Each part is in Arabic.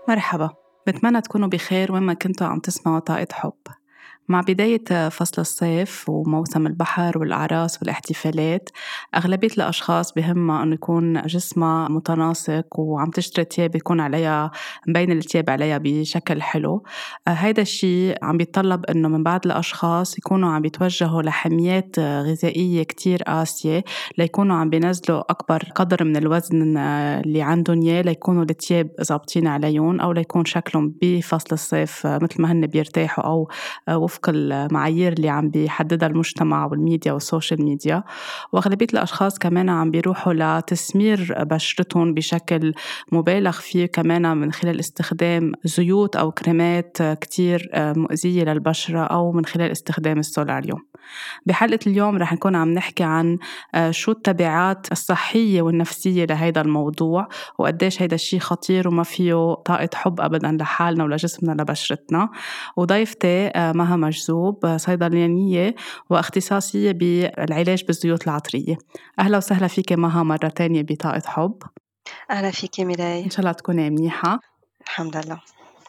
مرحبا، بتمنى تكونوا بخير وين ما كنتوا عم تسمعوا طاقة حب. مع بداية فصل الصيف وموسم البحر والأعراس والاحتفالات، أغلبية الأشخاص بهمها أنه يكون جسمها متناسق وعم تشتري تياب يكون عليها مبين التياب عليها بشكل حلو. هيدا الشي عم بيتطلب أنه من بعض الأشخاص يكونوا عم بيتوجهوا لحميات غذائية كتير قاسية ليكونوا عم بينزلوا أكبر قدر من الوزن اللي عندهم إياه ليكونوا التياب ظابطين عليهم، أو ليكون شكلهم بفصل الصيف مثل ما هن بيرتاحوا، أو وفق المعايير اللي عم بيحددها المجتمع والميديا والسوشيال ميديا. وأغلبية الأشخاص كمان عم بيروحوا لتسمير بشرتهم بشكل مبالغ فيه كمان من خلال استخدام زيوت أو كريمات كتير مؤذية للبشرة، أو من خلال استخدام السولاريوم. بحلقة اليوم رح نكون عم نحكي عن شو التبعات الصحية والنفسية لهيدا الموضوع، وقديش هيدا الشي خطير وما فيه طاقة حب أبداً لحالنا ولجسمنا لبشرتنا. وضيفتي مها مجذوب، صيدلانية واختصاصية بالعلاج بالزيوت العطرية. أهلا وسهلا فيك مها مرة تانية بطاقة حب. أهلا فيكي ميلاي. إن شاء الله تكوني منيحة. الحمد لله.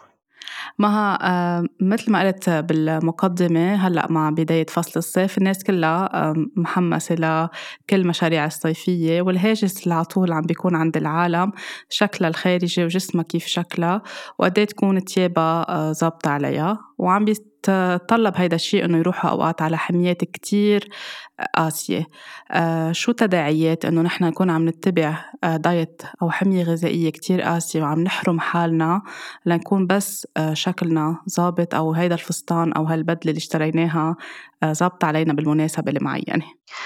مها، مثل ما قلت بالمقدمة، هلأ مع بداية فصل الصيف الناس كلها محمسة لكل مشاريع الصيفية، والهاجس اللي على طول عم بيكون عند العالم شكلها الخارجي وجسمها كيف شكلها وقديه تكون تيابها ظابطة عليها، وعم بيتطلب هيدا الشيء إنه يروحوا أوقات على حميات كتير قاسية. شو تداعيات إنه نحن نكون عم نتبع دايت أو حمية غذائية كتير قاسية وعم نحرم حالنا لنكون بس شكلنا ظابط، أو هيدا الفستان أو هالبدلة اللي اشتريناها ظابطة علينا بالمناسبة المعينة؟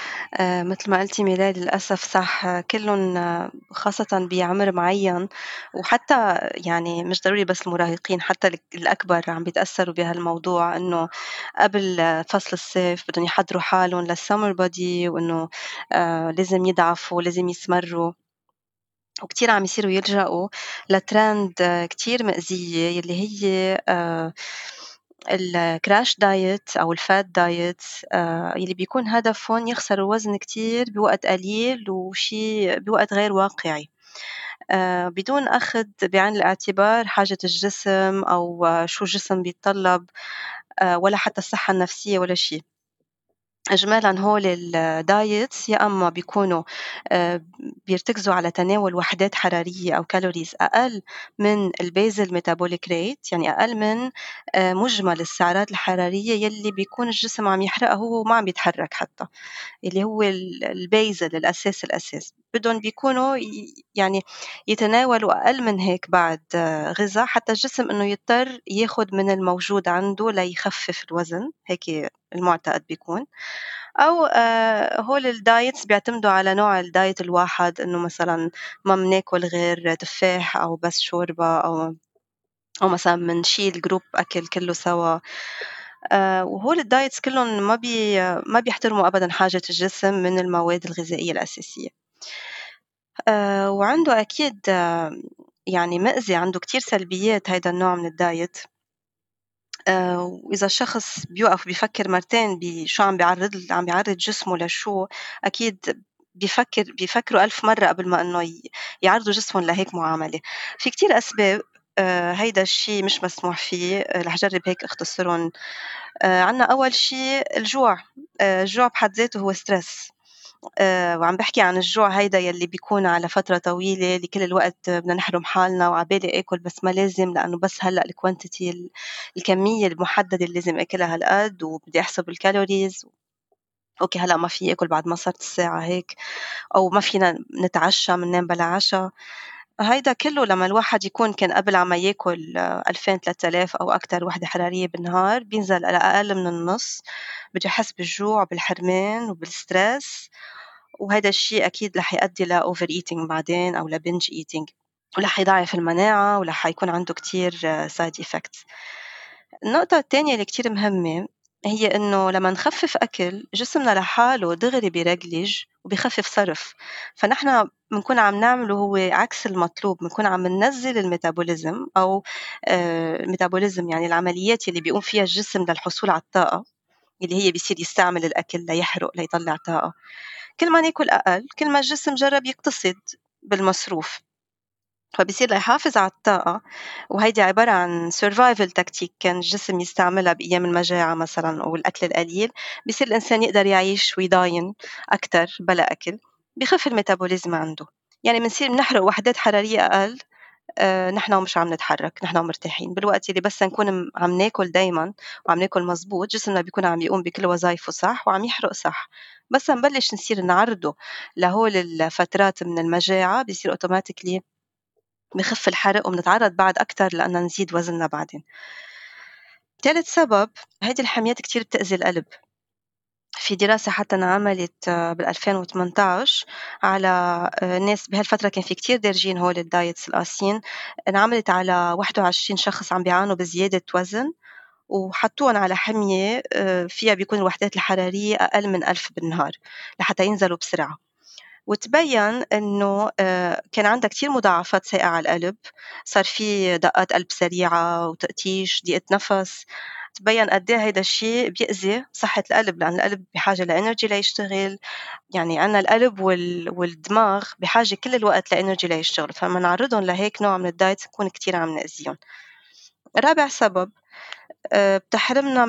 مثل ما قلتي ميلاي، للأسف صح، كلهم خاصة بعمر معين، وحتى يعني مش ضروري بس المراهقين، حتى الأكبر عم بيتأثروا بهالموضوع، إنه قبل فصل الصيف بدهم يحضروا حالهم للسمر بودي، وإنه لازم يدعفوا، لازم يسمروا، وكتير عم يصيروا يلجأوا لترند كتير مأزية يلي هي الكراش دايت أو الفات دايت، يلي بيكون هدفهم يخسروا وزن كتير بوقت قليل وشي بوقت غير واقعي، بدون أخذ بعين الاعتبار حاجة الجسم أو شو الجسم بيتطلب، ولا حتى الصحة النفسية ولا شي. إجمالاً هول الدايتس يا أما بيكونوا بيرتكزوا على تناول وحدات حرارية أو كالوريز أقل من البازل metabolic rate، يعني أقل من مجمل السعرات الحرارية يلي بيكون الجسم عم يحرقها هو وما عم بيتحرك حتى، اللي هو البازل الأساس بدهم بيكونوا يعني يتناولوا أقل من هيك بعد غذاء، حتى الجسم إنه يضطر ياخد من الموجود عنده ليخفف الوزن، هيك المعتقد بيكون. أو هول الدايتس بيعتمدوا على نوع الدايت الواحد، إنه مثلًا ما بناكل غير تفاح أو بس شوربة، أو مثلًا منشيل جروب أكل كله سوا. وهول الدايتس كلّن ما بيحترموا أبدًا حاجة الجسم من المواد الغذائية الأساسية. وعنده أكيد يعني مأزي، عنده كتير سلبيات هيدا النوع من الدايت. وإذا الشخص بيوقف بيفكر مرتين بشو عم بيعرّض جسمه لشو، أكيد بيفكروا ألف مرّة قبل ما إنه يعرضوا جسمهم لهيك معاملة. في كتير أسباب هيدا الشي مش مسموح فيه، رح جرّب هيك أختصرهم. عنا أول شي الجوع. الجوع بحد ذاته هو stress. وعم باحكي عن الجوع هيدا يلّي بيكون على فترة طويلة، اللي كل الوقت بدنا نحرم حالنا وعبالي آكل بس ما لازم، لإنه بس هلأ الquantity الكمية المحددة اللي لازم آكلها هالقد، وبدي أحسب الcalories. أوكي هلأ ما في آكل بعد ما صارت الساعة هيك، أو ما فينا نتعشى مننام بلا عشا. هيدا كلّه لمّا الواحد يكون كان قبل عم ياكل 2000 3000 أو أكتر وحدة حرارية بالنهار، بينزل لأقل من النُص، بده يحس بالجوع وبالحرمان وبالstress، وهيدا الشي أكيد رح يؤدي لover eating بعدين أو لbinge eating، ورح يضاعف المناعة، ورح يكون عنده كتير side effects. النقطة التانية اللي كتير مهمة هي إنه لمّا نخفف أكل جسمنا لحاله دغري بيرجلج وبيخفف صرف، فنحن بنكون عم نعمله هو عكس المطلوب، بنكون عم ننزّل الميتابوليزم أو الميتابوليزم يعني العمليات اللي بيقوم فيها الجسم للحصول على الطاقة، اللي هي بيصير يستعمل الأكل ليحرق ليطلّع طاقة. كل ما ناكل أقل كل ما الجسم جرّب يقتصد بالمصروف، فبصير ليحافظ على الطاقة، وهيدي عبارة عن survival tactic كان الجسم يستعملها بأيام المجاعة مثلا أو الأكل القليل. بصير الإنسان يقدر يعيش ويضاين أكتر بلا أكل، بخف الميتابوليزم عنده. يعني بنصير بنحرق وحدات حرارية أقل نحن ومش عم نتحرك، نحن ومرتاحين. بالوقت اللي بس نكون عم ناكل دايما وعم ناكل مزبوط، جسمنا بيكون عم يقوم بكل وظائفه صح وعم يحرق صح. بس نبلش نصير نعرضه لهول الفترات من المجاعة، بيصير اوتوماتيكلي بخف الحرق وبنتعرض بعد أكتر لأننا نزيد وزننا بعدين. ثالث سبب، هيدي الحميات كتير بتأذي القلب. في دراسة حتى انعملت بال2018 على ناس بهالفترة كان في كتير دارجين هول الدايتس القاسيين، انعملت على 21 شخص عم بيعانوا بزيادة وزن، وحطوهم على حمية فيها بيكون الوحدات الحرارية أقل من 1000 بالنهار لحتى ينزلوا بسرعة. وتبين إنه كان عندها كتير مضاعفات سيئة على القلب، صار في دقات قلب سريعة وتقتيش، ضيقة نفس. تبين قد إيه هيدا الشيء بيأذي صحة القلب، لأن القلب بحاجة لإنرجي ليشتغل. يعني عنا القلب والدماغ بحاجة كل الوقت لإنرجي ليشتغل، فما نعرضهم لهيك نوع من الدايت نكون كتير عم نأذيهم. رابع سبب، بتحرمنا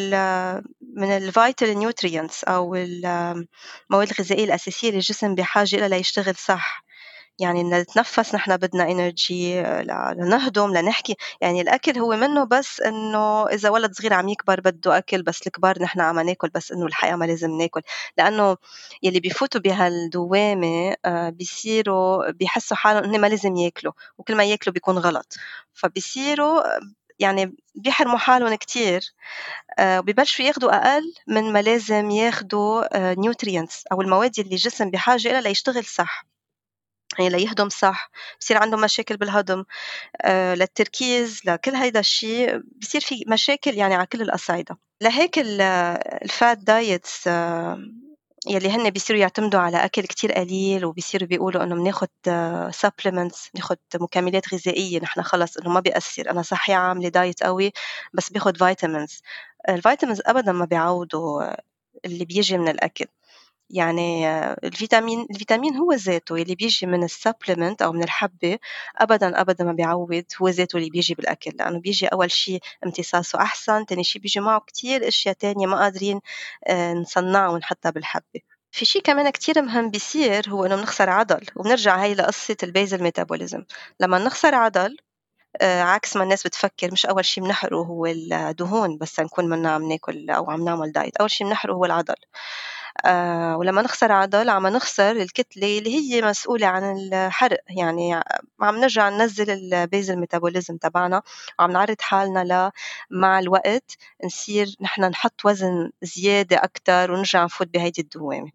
من الvital nutrients أو المواد الغذائية الأساسية اللي الجسم بحاجة إلها ليشتغل صح. يعني نتنفس نحن بدنا إنرجي لنهضم لنحكي. يعني الأكل هو منه بس إنه إذا ولد صغير عم يكبر بده أكل، بس الكبار نحن عم ناكل بس إنه الحقيقة ما لازم ناكل، لأنه يلي بيفوتوا بهالدوامة بيصيروا بيحسوا حالهم إنه ما لازم ياكلوا، وكل ما ياكلوا بيكون غلط، فبيصيروا يعني بيحرموا حالهم كتير. وبيبلشوا ياخدوا أقل من ما لازم ياخدوا nutrients أو المواد اللي الجسم بحاجة إلها ليشتغل صح، يعني ليهضم صح. بصير عندهم مشاكل بالهضم، للتركيز، لكل هيدا الشيء بصير في مشاكل يعني على كل الأصعدة. لهيك الفات دايتس يلي هن بيصيروا يعتمدوا على أكل كتير قليل، وبيصيروا بيقولوا إنه بناخد supplements، بناخد مكملات غذائية، نحن خلص إنه ما بيأثر، أنا صحية عاملة دايت قوي بس باخد vitamins. الvitamins أبدا ما بيعوضوا اللي بيجي من الأكل. يعني الفيتامين هو ذاته اللي بيجي من السبلمنت أو من الحبة، أبدا ما بيعوض هو ذاته اللي بيجي بالأكل، لأنه بيجي أول شيء امتصاصه أحسن، تاني شيء بيجي معه كتير أشياء تانية ما قادرين نصنعه ونحطها بالحبة. في شيء كمان كتير مهم بيصير، هو إنه بنخسر عضل، وبنرجع هاي لقصة البيزل ميتابوليزم. لما نخسر عضل عكس ما الناس بتفكر، مش أول شيء بنحرقه هو الدهون بس نكون منا عم ناكل أو عم نعمل دايت، أول شيء بنحرقه هو العضل. ولما نخسر عضل عم نخسر الكتلة اللي هي مسؤولة عن الحرق، يعني عم نرجع ننزل البيزل ميتابوليزم تبعنا، وعم نعرض حالنا مع الوقت نصير نحن نحط وزن زيادة أكتر ونرجع نفوت بهيدي الدوامة.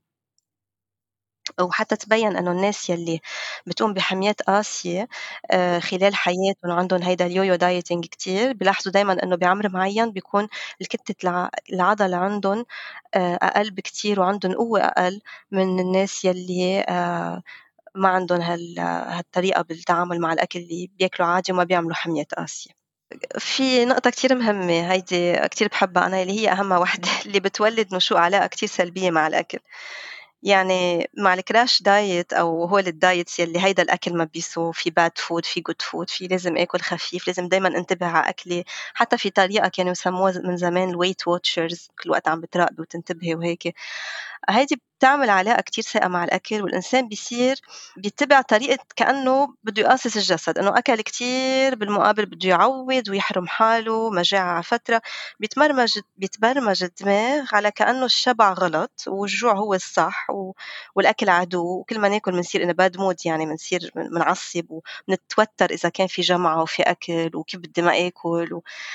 وحتى تبين إنه الناس يلي بتقوم بحميات قاسية خلال حياتهم وعندهم هيدا اليويو دايتنج كتير، بيلاحظوا دايمًا إنه بعمر معين بيكون كتلة العضل عندهم أقل بكتير، وعندهم قوة أقل من الناس يلي ما عندهم هالطريقة بالتعامل مع الأكل، اللي بياكلوا عادي وما بيعملوا حميات قاسية. في نقطة كتير مهمة هيدي كتير بحبها أنا، اللي هي أهم واحدة اللي بتولد نشوء علاقة كتير سلبية مع الأكل. يعني مع الcrash diet أو هول الdiets يلّي هيدا الأكل ما بيسوى، في bad food في good food، في لازم آكل خفيف، لازم دايمًا انتبه على أكلي. حتى في طريقة كانوا يسموها من زمان الweight watchers، كل وقت عم بتراقبي وتنتبهي وهيك. هيدي بتعمل علاقة كتير سيئة مع الأكل، والإنسان بيصير بيتّبع طريقة كأنه بده يقاصص الجسد، إنه أكل كتير بالمقابل بده يعوّض ويحرم حاله مجاعة على فترة. بيتبرمج الدماغ على كأنه الشبع غلط والجوع هو الصح، والأكل عدو، وكل ما ناكل منصير in a bad mood، يعني منصير منعصب ومنتوتر إذا كان في جمعة وفي أكل وكيف بدي ما آكل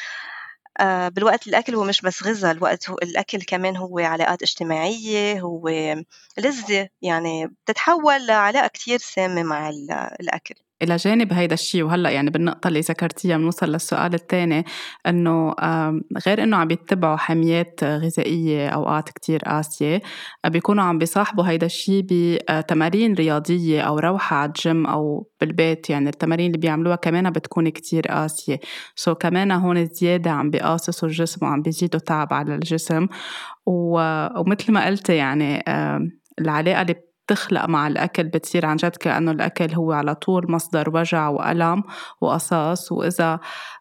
بالوقت الأكل هو مش بس غذا، الوقت هو الأكل كمان هو علاقات اجتماعية، هو لذة، يعني بتتحول لعلاقة كتير سامة مع الأكل. إلى جانب هيدا الشيء، وهلأ يعني بالنقطة اللي ذكرتيها بنوصل للسؤال الثاني، إنه غير إنه عم يتبعوا حميات غذائية أوقات كتير قاسية، بيكونوا عم بيصاحبوا هيدا الشيء بتمارين رياضية أو روحة على الجيم أو بالبيت. يعني التمارين اللي بيعملوها كمان بتكون كتير قاسية، كمان هون زيادة عم بيقاصصوا الجسم وعم بيزيدوا تعب على الجسم. ومثل ما قلت يعني العلاقة اللي تخلق مع الأكل بتصير عن جد كأنه الأكل هو على طول مصدر وجع وألم وقصاص. وإذا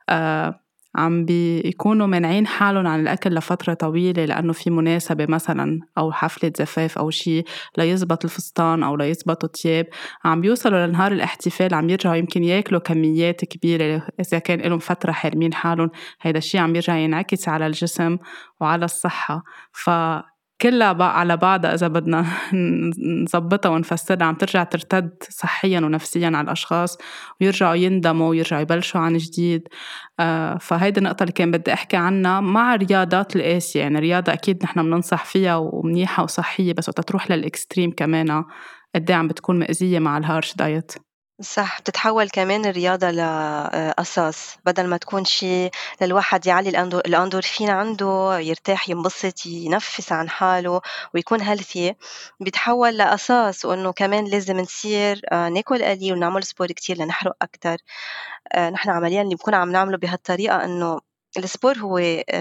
عم بيكونوا منعين حالهم عن الأكل لفترة طويلة لأنه في مناسبة مثلا أو حفلة زفاف أو شي ليزبط الفستان أو ليزبطوا تياب، عم بيوصلوا لنهار الاحتفال عم يرجعوا يمكن ياكلوا كميات كبيرة إذا كان لهم فترة حارمين حالهم. هيدا الشي عم يرجع ينعكس على الجسم وعلى الصحة. كلها بقى على بعضها إذا بدنا نظبطها ونفسرها عم ترجع ترتد صحياً ونفسياً على الأشخاص ويرجعوا يندموا ويرجعوا يبلشوا عن جديد. فهيدي النقطة اللي كان بدي أحكي عنها مع الرياضات القاسية. يعني الرياضة أكيد نحن بننصح فيها ومنيحة وصحية، بس وقت تروح للإكستريم كمان قد إيه عم بتكون مأزية مع الهارش دايت. صح، بتتحول كمان الرياضة لقصص بدل ما تكون شي للواحد يعلي الأندورفين عنده، يرتاح، ينبسط، ينفس عن حاله ويكون healthy. بيتحول لقصاص، وإنه كمان لازم نصير ناكل قليل ونعمل سبور كتير لنحرق أكتر. نحن عمليًا اللي بنكون عم نعمله بهالطريقة إنه السبور هو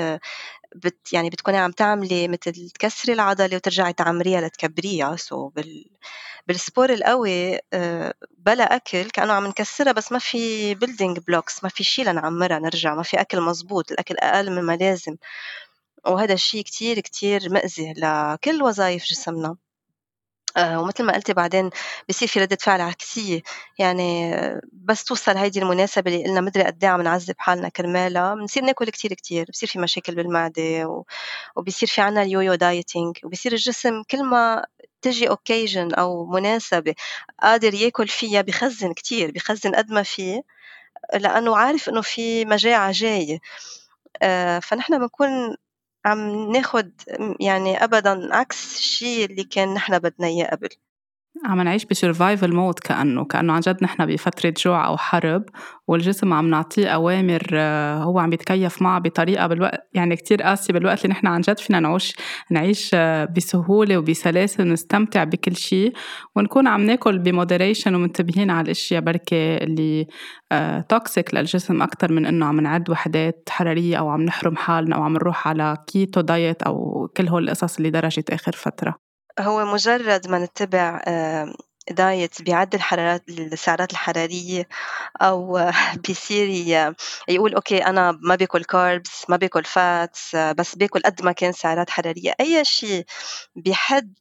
يعني بتكوني عم تعملي متل تكسري العضلة وترجعي تعمريها لتكبريها. بالسبور القوي بلا أكل كأنه عم نكسرها، بس ما في building blocks، ما في شي لنعمرها نرجع، ما في أكل مزبوط، الأكل أقل مما لازم. وهذا الشي كتير كتير مأذي لكل وظائف جسمنا. ومثل ما قلتي بعدين بصير في ردة فعل عكسية. يعني بس توصل هيدي المناسبة اللي قلنا مدري قد إيه عم نعذب حالنا كرمالها، بنصير ناكل كتير كتير، بصير في مشاكل بالمعدة وبصير في عنا اليويو دايتينج، وبصير الجسم كل ما تجي occasion أو مناسبة قادر ياكل فيها بخزن كتير، بخزن قد ما فيه، لأنه عارف إنه في مجاعة جاية. فنحن بنكون عم ناخد يعني أبدًا عكس الشي اللي كان نحن بدنا إياه قبل. عم نعيش بسرفايفل مود كأنه عن جد نحن بفترة جوع أو حرب، والجسم عم نعطيه أوامر هو عم يتكيف معها بطريقة بالوقت يعني كتير قاسية، بالوقت اللي نحن عن جد فينا نعيش بسهولة وبسلاسة ونستمتع بكل شي ونكون عم ناكل بمودريشن ومنتبهين على الأشياء بركة اللي توكسيك للجسم أكتر من إنه عم نعد وحدات حرارية أو عم نحرم حالنا أو عم نروح على كيتو دايت أو كل هول القصص اللي درجت آخر فترة. هو مجرد ما نتبع دايت بيعدل السعرات الحرارية، أو بيصير يقول أوكي أنا ما باكل carbs، ما باكل fats، بس باكل قد ما كان سعرات حرارية، أي شيء بيحد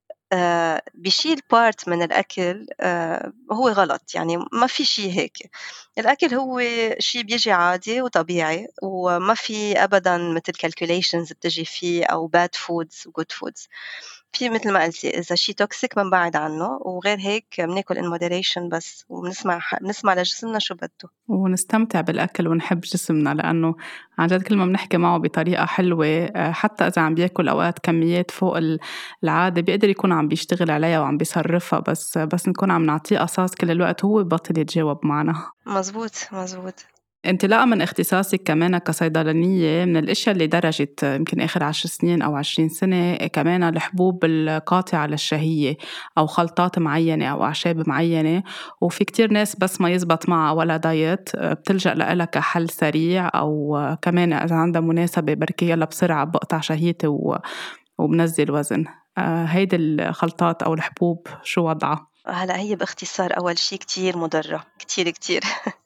بيشيل part من الأكل هو غلط. يعني ما في شيء هيك. الأكل هو شيء بيجي عادي وطبيعي، وما في أبدًا مثل calculations بتجي فيه أو bad foods و good foods. في مثل ما قلتي إذا شي توكسيك بنبعد عنه، وغير هيك بناكل in moderation بس، وبنسمع لجسمنا شو بده. ونستمتع بالأكل ونحب جسمنا، لأنه عن جد كل ما بنحكي معه بطريقة حلوة حتى إذا عم بياكل أوقات كميات فوق العادة بيقدر يكون عم بيشتغل عليها وعم بيصرفها، بس نكون عم نعطيه قصاص كل الوقت هو بطل يتجاوب معنا. مزبوط، مزبوط. انطلاقا من اختصاصك كمان كصيدلانية، من الأشياء اللي درجت يمكن آخر 10 سنين أو 20 سنة كمان الحبوب القاطعة للشهية أو خلطات معينة أو أعشاب معينة. وفي كتير ناس بس ما يزبط معها ولا دايت بتلجأ لها كحل سريع، أو كمان إذا عندها مناسبة بركي يلا بسرعة بقطع شهيتي وبنزل وزن. هيدي الخلطات أو الحبوب شو وضعها؟ هلأ هي باختصار أول شي كتير مُضرّة، كتير، كتير.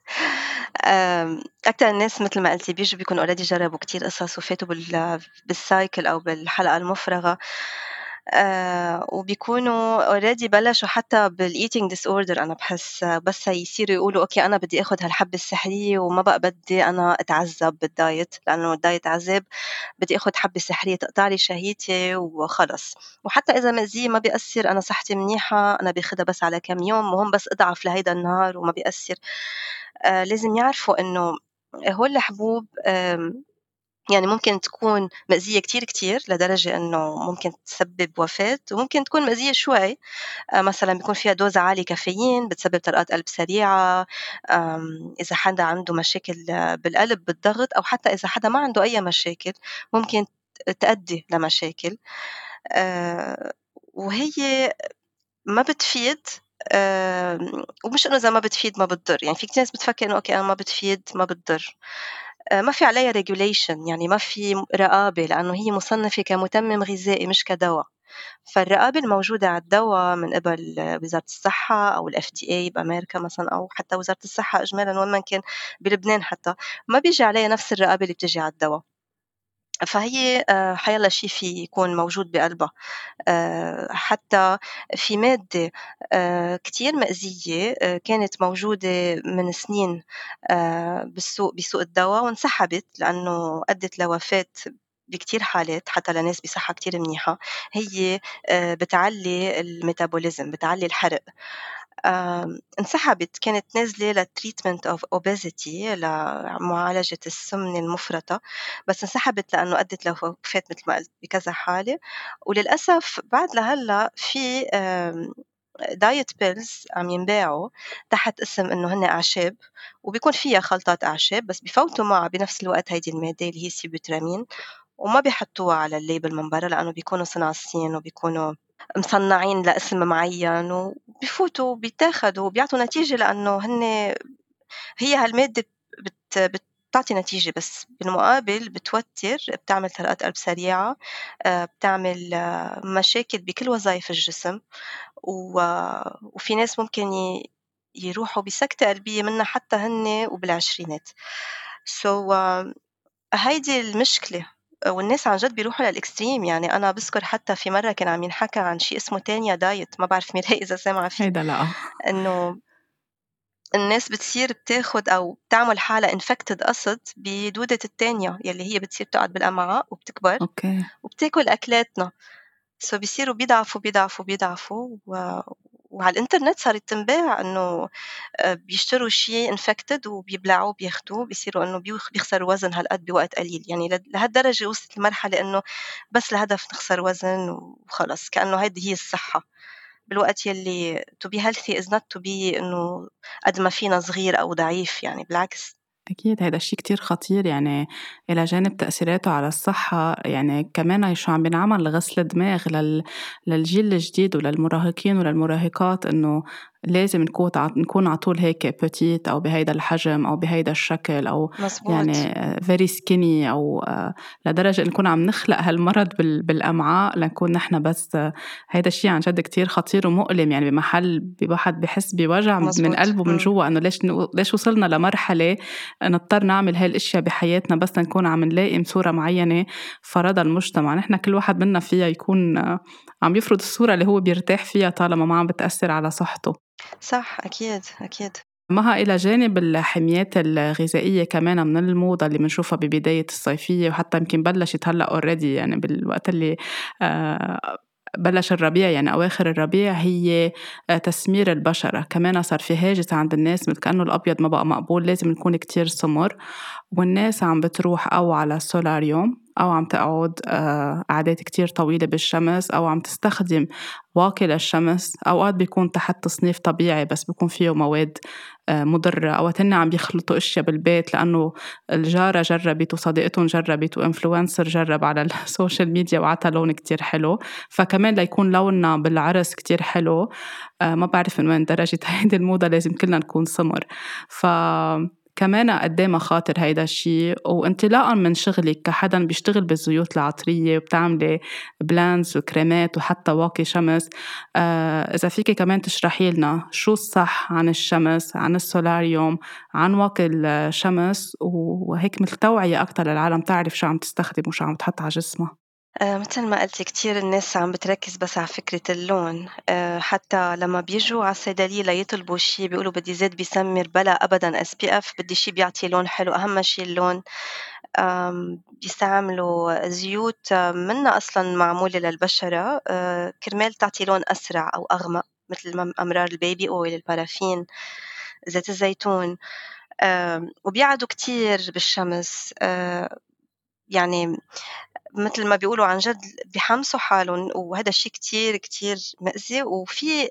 أكتر الناس متل ما قلتِ بييجوا بيكونوا already جربوا كتير قصص وفاتوا بالcycle أو بالحلقة المفرغة. وبيكونوا already بلشوا حتى بالeating disorder. أنا باحس بس يصيروا يقولوا أوكي أنا بدي آخُد هالحبّة السحرية وما بقى بدي أنا أتعذّب بالdiet، لإنه الdiet عذاب، بدي آخُد حبّة سحرية تقطع لي شهيتي وخلص. وحتى إذا مأزية ما بيأثّر، أنا صحتي منيحة، أنا باخدها بس على كام يوم، مهم بس أضعف لهيدا النهار وما بيأثّر. لازم يعرفوا إنه هول الحبوب يعني ممكن تكون مأزية كتير كتير لدرجة إنه ممكن تسبب وفاة، وممكن تكون مأزية شوي. مثلًا بيكون فيها دوز عالية كافيين بتسبب طرقات قلب سريعة. إذا حدا عنده مشاكل بالقلب، بالضغط، أو حتى إذا حدا ما عنده أي مشاكل ممكن تأدي لمشاكل. وهي ما بتفيد. ومش إنه إذا ما بتفيد ما بتضر. يعني في كتير ناس بتفكر إنه أوكي أنا ما بتفيد ما بتضر. ما في عليها regulation، يعني ما في رقابة، لأنه هي مُصنَّفة كمُتمِّم غذائي مش كدوا. فالرقابة الموجودة على الدوا من قبل وزارة الصحة أو الFDA بأمريكا مثلًا، أو حتى وزارة الصحة إجمالًا وين ما كان بلبنان حتى، ما بيجي عليها نفس الرقابة اللي بتيجي على الدوا. فهي حيالّا شي في يكون موجود بقلبها. حتى في مادة كتير مأزية كانت موجودة من سنين بسوق الدوا وانسحبت لأنه أدت لوفاة بكتير حالات حتى لناس بصحة كتير منيحة. هي بتعلّي الmetabolism، بتعلّي الحرق. انسحبت، كانت نازلة لtreatment of obesity، لمعالجة السمنة المفرطة، بس انسحبت لأنه أدت لوفاة متل ما قلت بكذا حالة. وللأسف بعد لهلّأ في diet pills عم ينباعوا تحت اسم إنه هن أعشاب، وبيكون فيها خلطات أعشاب، بس بفوتوا معها بنفس الوقت هيدي المادة اللي هي سيبوترامين، وما بيحطوها على الليبل من برا لأنه بيكونوا صناعيين وبيكونوا مصنعين لاسم معين، وبفوتوا وبيتاخدوا وبيعطوا نتيجة لأنه هي هالمادة بتعطي نتيجة، بس بالمقابل بتوتر، بتعمل طرقات قلب سريعة، بتعمل مشاكل بكل وظائف الجسم، وفي ناس ممكن يروحوا بسكتة قلبية منها حتى هن وبالعشرينات. so هيدي المشكلة. والناس عن جد بيروحوا للإكستريم. يعني أنا بذكر حتى في مرة كان عم ينحكى عن شيء اسمه تانيا دايت، ما بعرف ميري إذا سامعة فيه، هيدا لأ. إنه الناس بتصير بتاخد أو بتعمل حالها infected قصد بدودة التانيا يلي هي بتصير تقعد بالأمعاء وبتكبر أوكي. وبتاكل أكلاتنا. بيصيروا بيضعفوا وعلى الإنترنت صارت تنباع إنه بيشتروا شي infected وبيبلعوه بياخدوه، بيصيروا إنه بيخسروا وزن هالقد بوقت قليل. يعني لهالدرجة وصلت المرحلة إنه بس الهدف نخسر وزن وخلص، كأنه هيدي هي الصحة. بالوقت يلي to be healthy is not to be إنه قد ما فينا صغير أو ضعيف، يعني بالعكس. أكيد هيدا الشي كتير خطير، يعني إلى جانب تأثيراته على الصحة يعني كمان شو عم بينعمل لغسل الدماغ للجيل الجديد وللمراهقين وللمراهقات، إنه لازم نكون عطول هيك بتيت أو بهيدا الحجم أو بهيدا الشكل، أو مزبوط. يعني very skinny، أو لدرجة نكون عم نخلق هالمرض بالأمعاء لنكون نحن بس. هيدا الشي عن جد كتير خطير ومؤلم، يعني بمحل بواحد بحس بوجع من مزبوط. قلبه من جوا، إنه ليش وصلنا لمرحلة نضطر نعمل هاي الاشياء بحياتنا بس نكون عم نلائم صورة معينة فرضها المجتمع. نحن كل واحد منا فيها يكون عم يفرض الصورة اللي هو بيرتاح فيها طالما ما عم بتأثر على صحته. صح، أكيد أكيد. معها إلى جانب الحميات الغذائية كمان من الموضة اللي بنشوفها ببداية الصيفية، وحتى يمكن بلشت هلأ already، يعني بالوقت اللي بلش الربيع، يعني أواخر الربيع، هي تسمير البشرة. كمان صار في هاجس عند الناس مثل كأنه الأبيض ما بقى مقبول، لازم نكون كتير سمر. والناس عم بتروح أو على السولاريوم أو عم تقعد قعدات كتير طويلة بالشمس، أو عم تستخدم واقي للشمس. أوقات بيكون تحت تصنيف طبيعي بس بيكون فيه مواد مضرة. أوقات هن عم بيخلطوا أشياء بالبيت لأنه الجارة جربت وصديقتهم جربت وإنفلونسر جرب على السوشيال ميديا وعطى لون كتير حلو، فكمان ليكون لوننا بالعرس كتير حلو. ما بعرف من وين درجة هيدي الموضة لازم كلنا نكون سمر. كمان قديه مخاطر هيدا الشيء. وانطلاقا من شغلك كحدا بيشتغل بالزيوت العطرية وبتعملي بلانز وكريمات وحتى واقي شمس، إذا فيك كمان تشرحي لنا شو الصح عن الشمس، عن السولاريوم، عن واقي الشمس، وهيك مثل توعية أكتر للعالم تعرف شو عم تستخدم وشو عم تحط على جسمها. مثل ما قلتي كتير الناس عم بتركز بس على فكرة اللون. حتى لما بيجوا على الصيدلية ليطلبوا شي بيقولوا بدي زيت بيسمر، بلا أبدا SPF، بدي شي بيعطي لون حلو، أهم شي اللون. بيستعملوا زيوت منا أصلا معمولة للبشرة كرمال تعطي لون أسرع أو أغمق، مثل أمرار البيبي أويل، البارافين، زيت الزيتون. وبيقعدوا كتير بالشمس. يعني مثل ما بيقولوا عن جد بيحمسوا حالهم، وهذا الشيء كتير كتير مأذي. وفي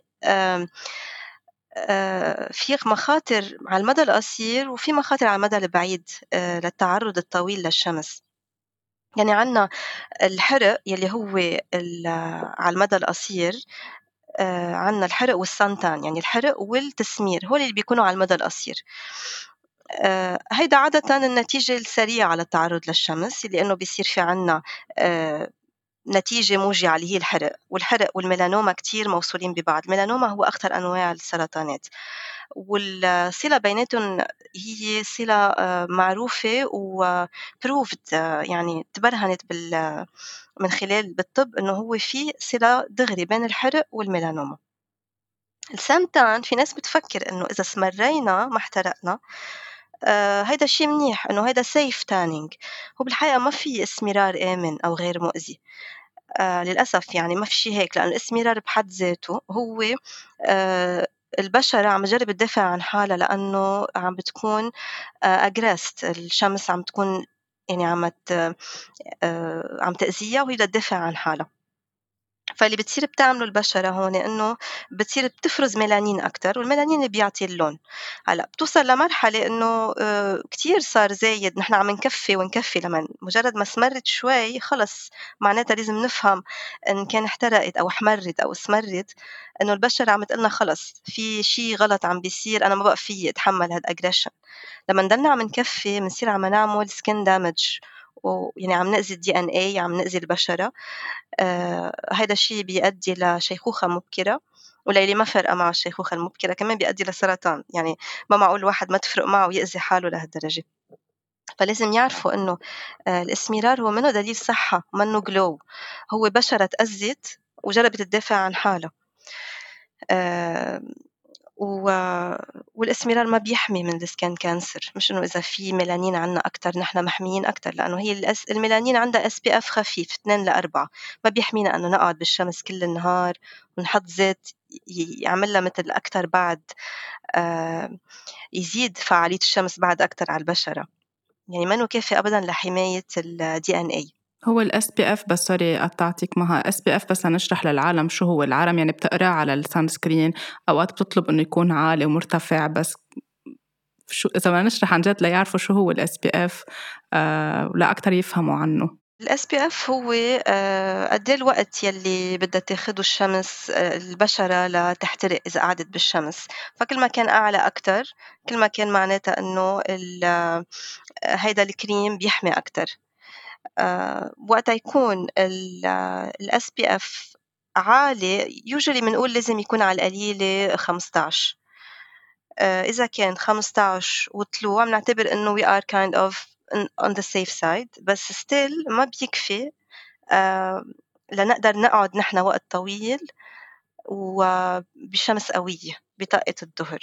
في مخاطر على المدى القصير وفي مخاطر على المدى البعيد للتعرض الطويل للشمس. يعني عنا الحرق يلي هو على المدى القصير. عنا الحرق والسنتان، يعني الحرق والتسمير، هول اللي بيكونوا على المدى القصير. هيدا عادةً النتيجة السريعة للتعرُّض للشمس، لإنه بيصير في عنا نتيجة موجعة اللي هي الحرق، والحرق والميلانوما كتير موصولين ببعض. الميلانوما هو أخطر أنواع السرطانات، والصلة بيناتهم هي صلة معروفة وproved، يعني تبرهنت من خلال بالطب إنه هو في صلة دغري بين الحرق والميلانوما. السانتان في ناس بتفكر إنه إذا اسمرينا ما احترقنا هيدا الشي منيح، إنه هيدا safe tanning. هو بالحقيقة ما في اسمرار آمن أو غير مؤذي. للأسف يعني ما في شي هيك، لأنه الاسمرار بحد ذاته هو آآ البشرة عم تجرب تدافع عن حالها، لأنه عم بتكون aggressed، الشمس عم تكون يعني عم تأذيها وهي بدها تدافع عن حالها. فاللي بتصير بتعمله البشرة هون إنه بتصير بتفرز ميلانين أكتر، والميلانين اللي بيعطي اللون. هلأ بتوصل لمرحلة إنه كتير صار زايد، نحن عم نكفّي ونكفّي، لمن مجرد ما اسمرت شوي خلص معناتها لازم نفهم إن كان احترقت أو احمرت أو اسمرت، إنه البشرة عم تقلنا خلص في شي غلط عم بيصير، أنا ما بقى فيي أتحمّل هالaggression. لمّا نضلنا عم نكفّي بنصير عم نعمل skin damage، ويعني عم نأذي الDNA، عم نأذي البشرة. هيدا الشي بيؤدي لشيخوخة مبكرة، وللي ما فارقة معه الشيخوخة المبكرة كمان بيؤدي لسرطان. يعني ما معقول الواحد ما تفرق معه ويأذي حاله لهالدرجة. فلازم يعرفوا إنه الإسمرار هو منه دليل صحة، منه glow، هو بشرة اتأذت وجربت تدافع عن حالها. آآ و والإسمرار ما بيحمي من الskin cancer، مش إنه إذا في ميلانين عنا أكتر نحن محميين أكتر، لأنه هي الميلانين عندها SPF خفيف 2 ل4، ما بيحمينا إنه نقعد بالشمس كل النهار ونحط زيت يعمل لها مثل أكتر بعد، آآ يزيد فعالية الشمس بعد أكتر على البشرة. يعني منه كافي أبدًا لحماية الDNA. هو ال SPF بس سوري قطعتِك، ما ها SPF بس لنشرح للعالم شو هو. العالم يعني بتقراه على الsunscreen، أوقات بتطلب إنه يكون عالي ومرتفع، بس شو إذا بدنا نشرح عن جد ليعرفوا شو هو ال SPF ولا أكتر يفهموا عنه. الSPF هو قد إيه الوقت يلّي بدها تاخده الشمس البشرة لتحترق إذا قعدت بالشمس. فكل ما كان أعلى أكتر، كل ما كان معناتها إنه هيدا الكريم بيحمي أكتر. وقتها يكون الSPF عالي usually بنقول لازم يكون على القليلة 15. إذا كان 15 وطلوع بنعتبر إنه we are kind of on the safe side، بس still ما بيكفي آآ لنقدر نقعد نحن وقت طويل وبشمس قوية بطاقة الضهر.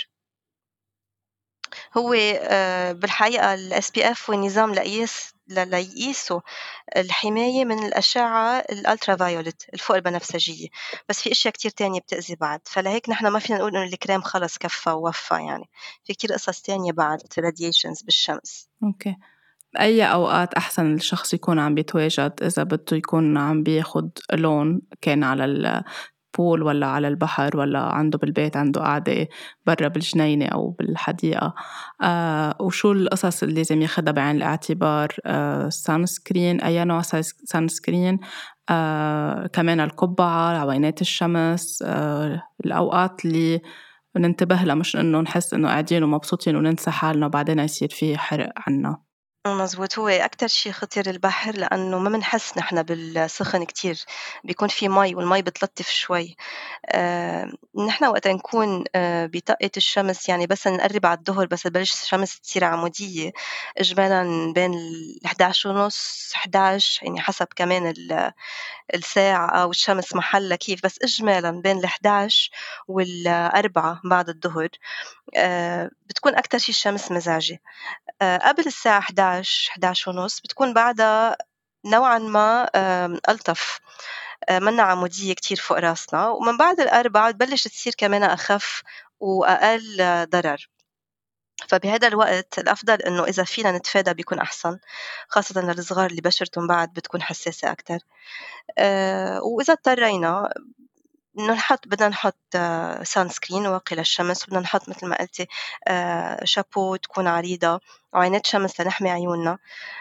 هو بالحقيقة الSPF هو نظام ليقيسوا الحماية من الأشعة الultraviolet الفوق البنفسجية، بس في أشياء كتير تانية بتأذي بعد. فلهيك نحن ما فينا نقول إنه الكريم خلص كفّى ووفّى، يعني في كتير قصص تانية بعد radiations بالشمس. أوكي. أي أوقات أحسن الشخص يكون عم بيتواجد إذا بده يكون عم بياخد لون، كان على البول ولا على البحر ولا عنده بالبيت، عنده قاعدة برا بالجنينة أو بالحديقة؟ وشو القصص اللي لازم ياخدها بعين الاعتبار؟ سان سكرين، أي نوع سان سكرين، كمان القبعة، عوينات الشمس، الأوقات اللي ننتبه لها، مش إنه نحس إنه قاعدين ومبسوطين وننسى حالنا وبعدين يصير في حرق عنا. مضبوط، هو أكتر شي خطر البحر، لأنه ما منحس نحن بالسخن كتير، بيكون في مي والمي بتلطّف شوي. نحن وقتها نكون بطاقة الشمس، يعني بس نقرّب على الضهر بس تبلش الشمس تصير عمودية، إجمالًا بين 11:30 11، يعني حسب كمان الساعة أو الشمس محلّها كيف، بس إجمالًا بين ال11 وال16 بعد الضهر بتكون أكتر شي الشمس مزعجة. قبل الساعة 11:00 11:30 بتكون بعدها نوعًا ما ألطف، مَنّا عمودية كتير فوق راسنا، ومن بعد ال16:00 تبلش تصير كمان أخف وأقل ضرر. فبهيدا الوقت الأفضل إنه إذا فينا نتفادى بيكون أحسن، خاصةً للصغار اللي بشرتهم بعد بتكون حساسة أكتر. وإذا اضطرينا إنه بدنا نحط sunscreen واقي للشمس، وبدنا نحط متل ما قلتِ شابو تكون عريضة وعينات شمس لنحمي عيوننا.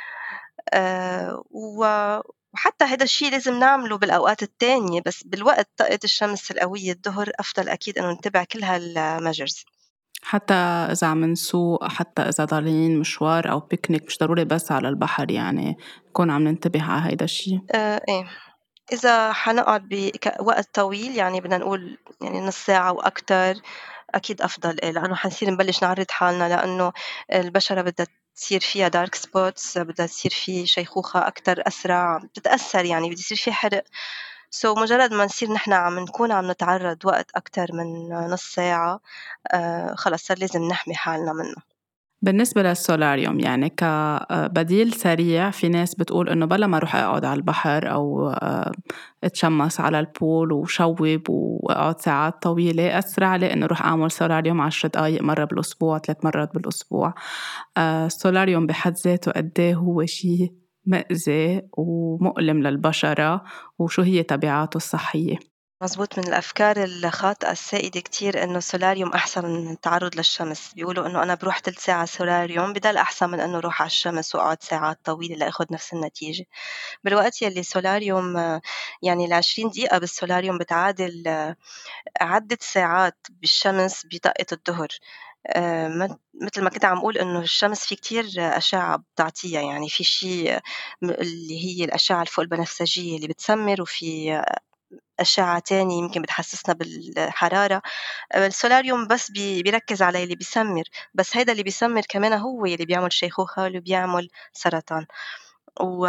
و وحتى هيدا الشي لازم نعمله بالأوقات التانية، بس بالوقت طاقة الشمس القوية الضهر أفضل أكيد إنه نتبع كل هالmeasures. حتى إذا عم نسوق، حتى إذا ضالين مشوار أو بيكنيك، مش ضروري بس على البحر، يعني نكون عم ننتبه على هيدا الشي. إيه إذا حنقعد بوقت طويل يعني بدنا نقول يعني نُص ساعة وأكتر، أكيد أفضل لإنه حنصير نبلّش نعرّض حالنا، لإنه البشرة بدها تصير فيها dark spots، بدها تصير في شيخوخة أكتر أسرع، بتتأثّر يعني بده يصير في حرق. مجرّد ما نصير نحن نكون عم نتعرّض وقت أكتر من نُص ساعة، خلص صار لازم نحمي حالنا منّه. بالنسبة للسولاريوم يعني كبديل سريع، في ناس بتقول إنه بلا ما أروح أقعد على البحر أو أتشمس على البول وشوب وأقعد ساعات طويلة، أسرع لي إنه أروح أعمل سولاريوم 10 دقايق مرة بالأسبوع 3 مرات بالأسبوع. السولاريوم بحد ذاته قديه هو شي مأذي ومؤلم للبشرة، وشو هي تبعاته الصحية؟ مزبوط، من الأفكار الخاطئة السائدة كتير إنه السولاريوم أحسن من التعرُّض للشمس، بيقولوا إنه أنا بروح تلت ساعة سولاريوم بضل أحسن من إنه أروح على الشمس وأقعد ساعات طويلة لآخُد نفس النتيجة. بالوقت يلّي سولاريوم يعني ال20 دقيقة بالسولاريوم بتعادل عدة ساعات بالشمس بطاقة الضهر. متل ما كنت عم أقول إنه الشمس في كتير أشعة بتعطيها، يعني في شي اللي هي الأشعة الفوق البنفسجية اللي بتسمّر، وفي أشعة تانية يمكن بتحسسنا بالحرارة. السولاريوم بس بيركّز على اللي بيسمّر، بس هيدا اللي بيسمّر كمان هو يلّي بيعمل شيخوخة واللي بيعمل سرطان. و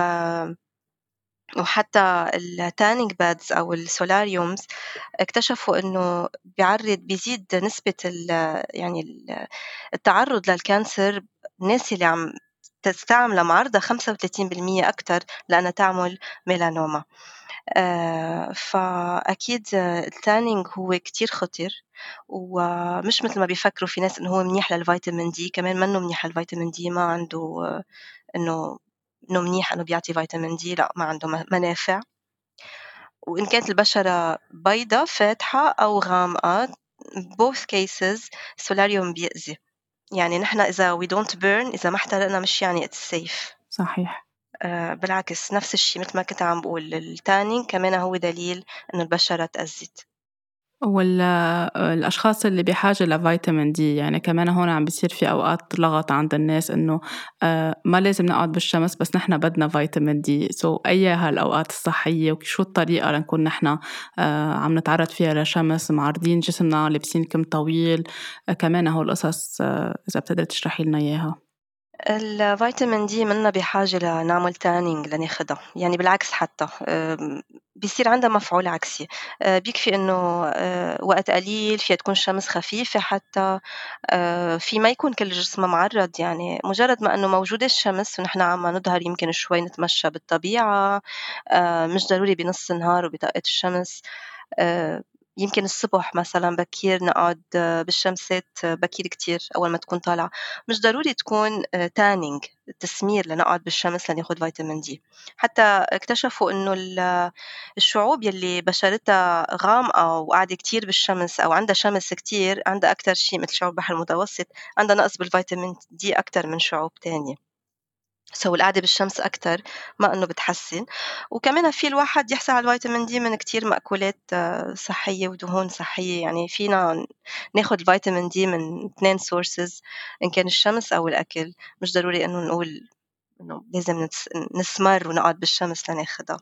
وحتى الtanning beds أو الsolariums اكتشفوا إنه بيزيد نسبة يعني التعرُّض للكانسر. الناس اللي عم تستعمله معرضة 35% أكتر لأنها تعمل ميلانوما. فأكيد الtanning هو كتير خطر، ومش متل ما بيفكروا في ناس إنه هو منيح للفيتامين D، كمان منّه منيح للفيتامين D، ما عنده إنه منيح إنه بيعطي فيتامين D، لأ ما عنده منافع. وإن كانت البشرة بيضا فاتحة أو غامقة both cases السولاريوم بيأذي. يعني نحن إذا we don't burn، إذا ما احترقنا مش يعني it's safe. صحيح. بالعكس نفس الشي متل ما كنت عم بقول التانينج كمان هو دليل إنه البشرة اتأذت. الأشخاص اللي بحاجة لفيتامين دي يعني كمان هون عم بيصير في أوقات لغط عند الناس إنه ما لازم نقعد بالشمس بس نحنا بدنا فيتامين دي. أي هالأوقات الصحية وشو الطريقة لنكون نحنا عم نتعرض فيها لشمس، معرضين جسمنا، لابسين كم طويل، كمان هول القصص إذا بتقدر تشرحي لنا إياها. الفيتامين دي منا بحاجة لنعمل تانينج لناخدها، يعني بالعكس حتى بيصير عندها مفعول عكسي. بيكفي إنه وقت قليل فيها تكون الشمس خفيفة حتى، في ما يكون كل جسمها معرّض، يعني مجرّد ما إنه موجودة الشمس ونحن عم نضهر يمكن شوي نتمشى بالطبيعة، مش ضروري بنُص النهار وبطاقة الشمس. آآ يمكن الصبح مثلًا بكير نقعد بالشمسات بكير كتير أول ما تكون طالعة، مش ضروري تكون tanning تسمير لنقعد بالشمس لناخد فيتامين D. حتى اكتشفوا إنه الشعوب يلّي بشرتها غامقة وقاعدة كتير بالشمس أو عندها شمس كتير، عندها أكتر شي متل شعوب البحر المتوسط، عندها نقص بالفيتامين D أكتر من شعوب تانية. القعدة بالشمس أكتر ما إنه بتحسّن. وكمان في الواحد يحصل على الفيتامين D من كتير مأكولات صحية ودهون صحية، يعني فينا ناخد الفيتامين D من 2 sources، إن كان الشمس أو الأكل، مش ضروري إنه نقول إنه لازم نسمر ونقعد بالشمس لناخدها.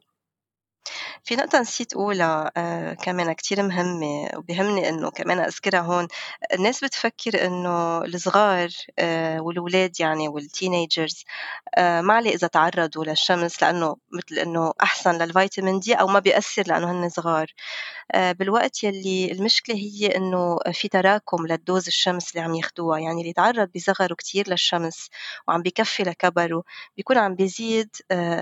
في نقطة نسيت أقولها كمان كتير مهمة وبيهمني إنه كمان أذكرها هون. الناس بتفكّر إنه الصغار والولاد يعني والteenagers ما عليه إذا تعرّضوا للشمس لإنه متل إنه أحسن للفيتامين D أو ما بيأثّر لإنه هن صغار. بالوقت يلّي المشكلة هي إنه في تراكُم للدوز الشمس اللي عم ياخدوها، يعني اللي يتعرّض بصغره كتير للشمس وعم بكفّي لكبره بيكون عم بيزيد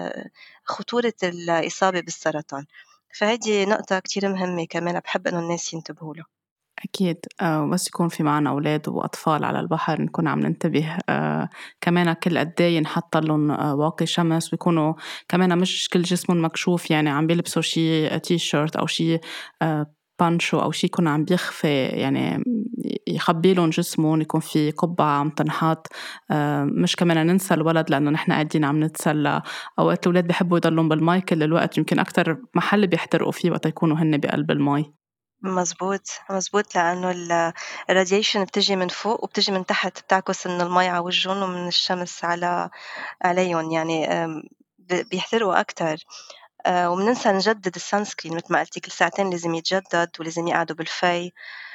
خطورة الإصابة بالسرطان. فهيدي نقطة كتير مهمة كمان باحب إنه الناس ينتبهوا لها. أكيد بس يكون في معنا أولاد وأطفال على البحر نكون عم ننتبه كمان كل قد إيه ينحط لهم واقي شمس، ويكونوا كمان مش كل جسمهم مكشوف، يعني عم بيلبسوا شي تي شيرت أو شي بانشو أو شي يكون عم بيخفي، يعني يخبي لهم جسمهم، يكون في قبعة عم تنحط. مش كمان ننسى الولد لأنه نحن قاعدين عم نتسلى. أوقات الأولاد بيحبوا يضلون بالماء كل الوقت، يمكن أكتر محل بيحترقوا فيه وقت يكونوا هن بقلب الماء. مضبوط، مضبوط، لإنه الradiation بتيجي من فوق وبتيجي من تحت، بتعكس من المي على وجهن ومن الشمس عليهم، يعني بيحترقوا أكتر. وبننسى نجدد الsunscreen متل ما قلتِ كل ساعتين لازم يتجدد ولازم يقعدوا بالفي.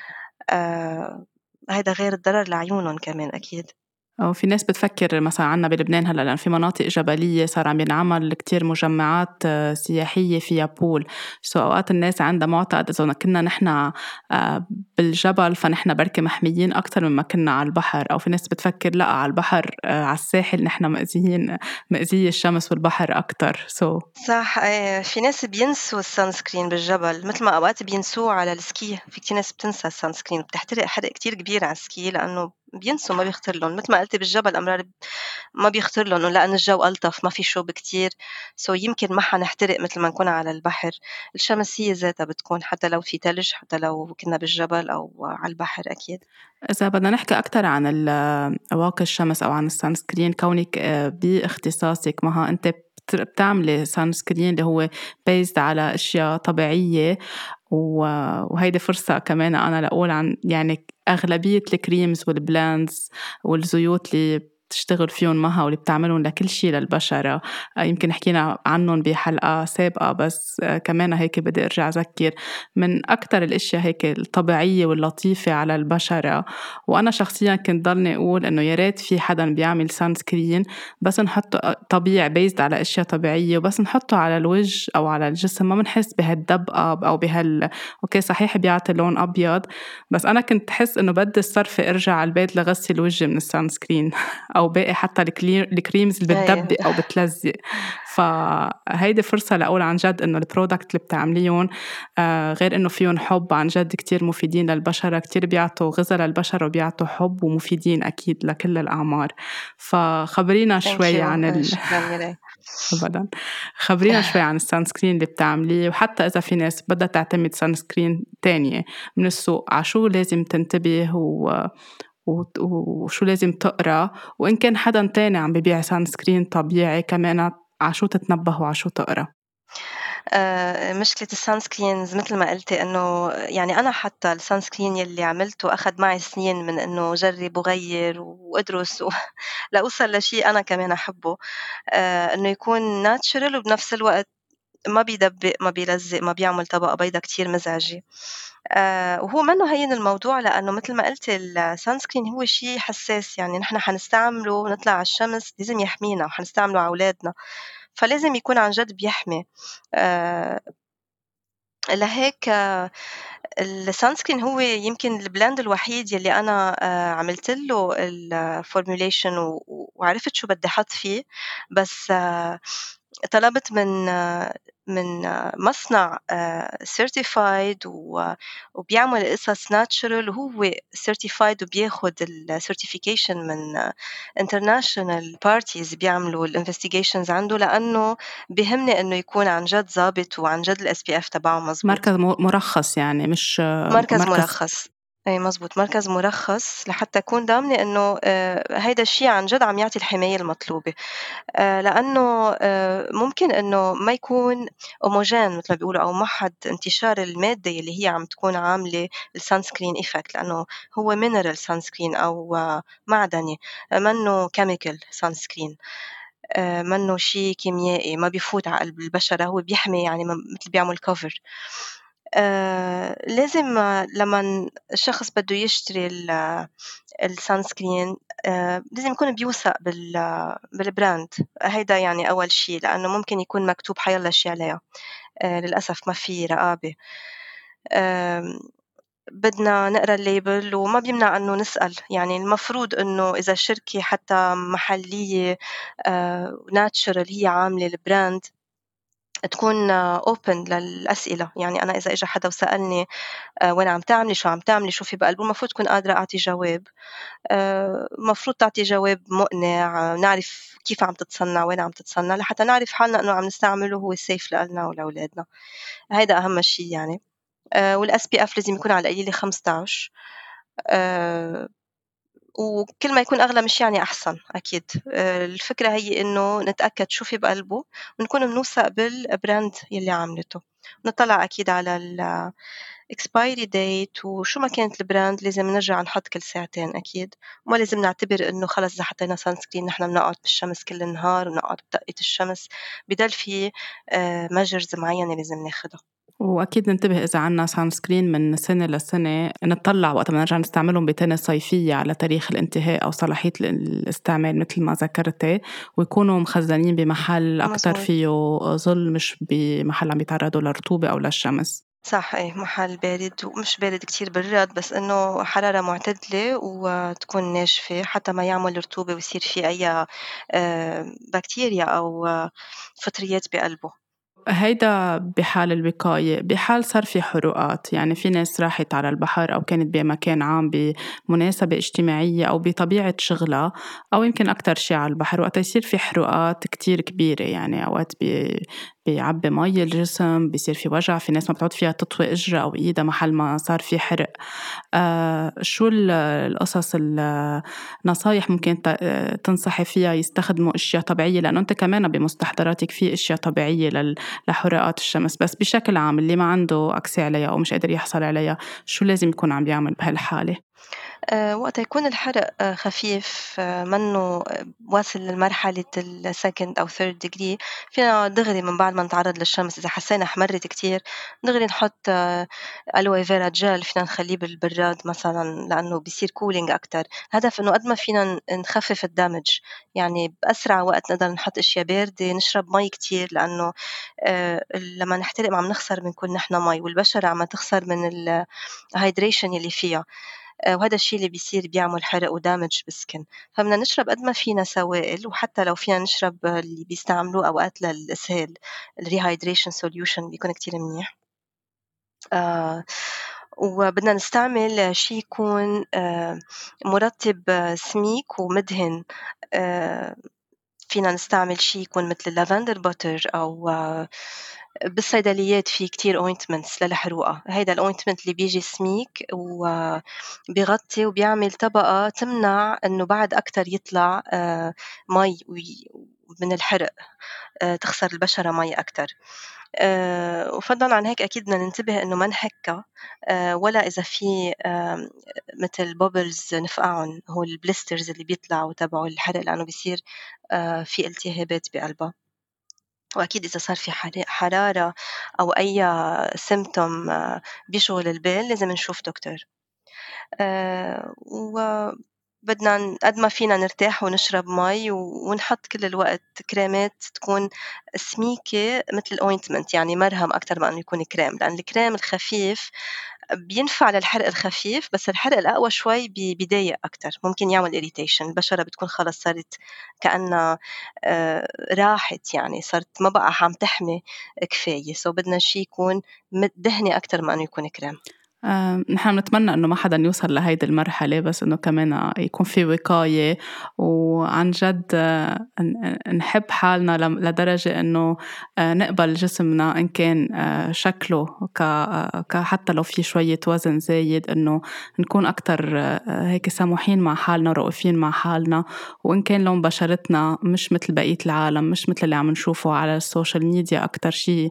هيدا غير الضرر لعيونهم كمان أكيد. أو في ناس بتفكر مثلا عنا بلبنان هلا لأن في مناطق جبلية صار عم ينعمل كتير مجمعات سياحية فيها بول. أوقات الناس عندها معتقد إذا كنا نحن بالجبل فنحن بركي محميين أكتر مما كنا على البحر، أو في ناس بتفكر لا على البحر على الساحل نحن مأذية الشمس والبحر أكتر. صح. في ناس بينسوا الsunscreen بالجبل متل ما أوقات بينسوه على السكي. في كتير ناس بتنسى الsunscreen وبتحترق حرق كتير كبير على السكي لأنه بينسوا ما بيخطر لهم. متل ما قلتِ بالجبل أمرار ما بيخطر لهم لأن الجو ألطف ما في شوب كتير، يمكن ما حنحترق متل ما نكون على البحر. الشمس هي ذاتها بتكون حتى لو في تلج، حتى لو كنا بالجبل أو على البحر أكيد. إذا بدنا نحكي أكتر عن واقي الشمس أو عن السانسكرين، كونك باختصاصك معها أنت بتعملي سانسكرين اللي هو بيزد على أشياء طبيعية، وهيدي فرصة كمان أنا لأقول عن يعني أغلبية الكريمز والبلاندز والزيوت اللي بتشتغل فيهم معها واللي بتعملهم لكل شيء للبشرة. يمكن حكينا عنهم بحلقة سابقة، بس كمان هيك بدي أرجع أذكر من أكتر الأشياء هيك الطبيعية واللطيفة على البشرة. وأنا شخصيا كنت ضلني أقول إنه يا ريت في حدا بيعمل سان سكرين بس نحطه طبيعي بيزد على أشياء طبيعية وبس نحطه على الوجه أو على الجسم، ما بنحس بهالدبقة أو أوكي صحيح بيعطي لون أبيض، بس أنا كنت حس إنه بدي الصرفة أرجع على البيت لغسل وجهي من السان سكرين أو باقي حتى الكريمز اللي بتدبق أو بتلزق. فهيدي فرصة لأقول عن جد إنه البرودكت اللي بتعمليهم غير إنه فيهم حب عن جد كتير مفيدين للبشرة، كتير بيعطوا غذاء للبشرة وبيعطوا حب ومفيدين أكيد لكل الأعمار. فخبرينا شوي عن شكرا ميراي. أبداً. خبرينا شوي عن السان سكرين اللي بتعمليه، وحتى إذا في ناس بدها تعتمد سان سكرين تانية من السوق عشو لازم تنتبه وشو لازم تقرأ، وإن كان حدا تاني عم ببيع سان سكرين طبيعي كمان عشو تتنبه وعشو تقرأ. مشكلة الsunscreens متل ما قلتِ إنه يعني أنا حتى الsunscreen يلّي عملته أخد معي سنين من إنه جرّب وغيّر وأدرس لأوصل لشي أنا كمان أحبه. إنه يكون natural وبنفس الوقت ما بيدبّق، ما بيلزق، ما بيعمل طبقة بيضا كتير مزعجة. وهو منّه هيّن الموضوع لإنه متل ما قلتِ الsunscreen هو شي حساس، يعني نحن حنستعمله ونطلع على الشمس لازم يحمينا وحنستعمله على أولادنا، فلازم يكون عن جد بيحمي. آآ لهيك الsunscreen هو يمكن الblend الوحيد يلّي أنا عملت له الformulation وعرفت شو بدي أحط فيه. بس طلبت من مصنع certified وبيعمل قصص natural وهو certified وبياخد الcertification من international parties بيعملوا الinvestigations عنده، لأنه بيهمني إنه يكون عن جد ضابط وعن جد الSPF تبعه مزبوط. مركز مرخص يعني مش مركز مركز. مرخص. أي مزبوط، مركز مرخص لحتى أكون ضامنة إنه هيدا الشي عن جد عم يعطي الحماية المطلوبة. لأنه ممكن إنه ما يكون homogen متل ما بيقولوا أو موحد انتشار المادة يلّي هي عم تكون عاملة الsunscreen effect، لأنه هو mineral sunscreen أو معدني، منّه chemical sunscreen. منّه شي كيميائي ما بيفوت على قلب البشرة، هو بيحمي يعني متل بيعمل cover. لازم لمّا الشخص بده يشتري الsunscreen لازم يكون بيوثق بالbrand. هيدا يعني أول شي، لأنه ممكن يكون مكتوب حيالّا شي عليها. للأسف ما في رقابة. آمم بدنا نقرا الlabel وما بيمنع إنه نسأل، يعني المفروض إنه إذا شركة حتى محلية natural هي عاملة الbrand تكون open للأسئلة. يعني أنا إذا إجا حدا وسألني وين عم تعملي، شو عم تعملي، شو في بقلبه، المفروض تكون قادرة أعطي جواب. المفروض تعطي جواب مقنع، نعرف كيف عم تتصنّع، وين عم تتصنّع، لحتى نعرف حالنا إنه عم نستعمله وهو safe لإلنا ولأولادنا. هيدا أهم شي يعني. والSPF لازم يكون على القليلة 15. آآ وكل ما يكون أغلى مش يعني أحسن أكيد. الفكرة هي إنه نتأكد شو في بقلبه ونكون منوثق بالbrand يلّي عاملته. نطّلع أكيد على expiry date وشو ما كانت البراند لازم نرجع نحط كل ساعتين أكيد، وما لازم نعتبر إنه خلص إذا حطينا sunscreen نحن بنقعد بالشمس كل النهار ونقعد بطاقة الشمس، بضل في measures معيّنة لازم ناخدها. وأكيد ننتبه إذا عنا سان سكرين من سنة لسنة، نطلع وقت ما نرجع نستعملهم بتاني صيفية على تاريخ الانتهاء أو صلاحية الاستعمال مثل ما ذكرتي، ويكونوا مخزنين بمحل أكتر مضبوط. فيه ظل، مش بمحل عم يتعرضوا للرطوبة أو للشمس. صح إيه، محل بارد ومش بارد كتير برّاد، بس إنه حرارة معتدلة وتكون ناشفة حتى ما يعمل رطوبة ويصير في أي بكتيريا أو فطريات بقلبه. هيدا بحال الوقاية. بحال صار في حروقات، يعني في ناس راحت على البحر أو كانت بمكان عام بمناسبة اجتماعية أو بطبيعة شغلها، أو يمكن أكتر شي على البحر، وقت يصير في حروقات كتير كبيرة، يعني أوقات بيعبي مي الجسم، بيصير في وجع، في ناس ما بتعود فيها تطوي إجرها أو إيدها محل ما صار في حرق. شو القصص النصايح ممكن تنصحي فيها يستخدموا أشياء طبيعية، لأنه أنت كمان بمستحضراتك في أشياء طبيعية لحرقات الشمس، بس بشكل عام اللي ما عنده أكسي عليها أو مش قادر يحصل عليها شو لازم يكون عم بيعمل بهالحالة؟ وقت يكون الحرق خفيف منّه واصل لمرحلة الsecond أو third degree فينا دغري من بعد ما نتعرّض للشمس إذا حسّينا احمرِّت كتير دغري نحط ألوي فيرا جل فينا نخلّيه بالبرّاد مثلًا لإنه بيصير cooling أكتر، الهدف إنه قد ما فينا نخفف الدمج، يعني بأسرع وقت نقدر نحط أشيا باردة، نشرب مي كتير لإنه لمّا نحترق عم نخسر بنكون نحن مي، والبشرة عم تخسر من الhydration يلّي فيها. وهذا الشي اللي بيصير بيعمل حرق وdamage بالskin، فبدنا نشرب قد ما فينا سوائل، وحتى لو فينا نشرب اللي بيستعملوه أوقات للإسهال الrehydration solution بيكون كتير منيح. وبدنا نستعمل شي يكون مُرطّب سميك ومدهن، آآ فينا نستعمل شي يكون متل الlavender butter أو بالصيدليات في كتير ointments للحروقة، هيدا الointment اللي بييجي سميك بيغطي وبيعمل طبقة تمنع إنه بعد أكتر يطلع مي من الحرق، تخسر البشرة مي أكتر. وفضلًا عن هيك أكيد بدنا ننتبه إنه ما نحكّها ولا إذا في متل bubbles نفقعن، هو الblisters اللي بيطلعوا تبعوا الحرق لإنه بيصير في التهابات بقلبها. وأكيد إذا صار في حرارة أو أي symptom بيشغل البال لازم نشوف دكتور. وبدنا قد ما فينا نرتاح ونشرب مي ونحط كل الوقت كريمات تكون سميكة متل الointment يعني مرهم أكتر ما إنه يكون كريم، لأن الكريم الخفيف بينفع للحرق الخفيف، بس الحرق الأقوى شوي بيضايق أكتر، ممكن يعمل irritation البشرة بتكون خلص صارت كأنها راحت يعني صارت ما بقى عم تحمي كفاية، بدنا شي يكون دهني أكتر ما إنه يكون كريم. نحن بنتمنى إنه ما حدا يوصل لهيدي المرحلة، بس إنه كمان يكون في وقاية، وعن جد نحب حالنا لدرجة إنه نقبل جسمنا إن كان شكله حتى لو في شوية وزن زايد، إنه نكون أكتر هيك سموحين مع حالنا ورؤوفين مع حالنا. وإن كان لون بشرتنا مش مثل بقية العالم، مش مثل اللي عم نشوفه على السوشيال ميديا أكتر شي،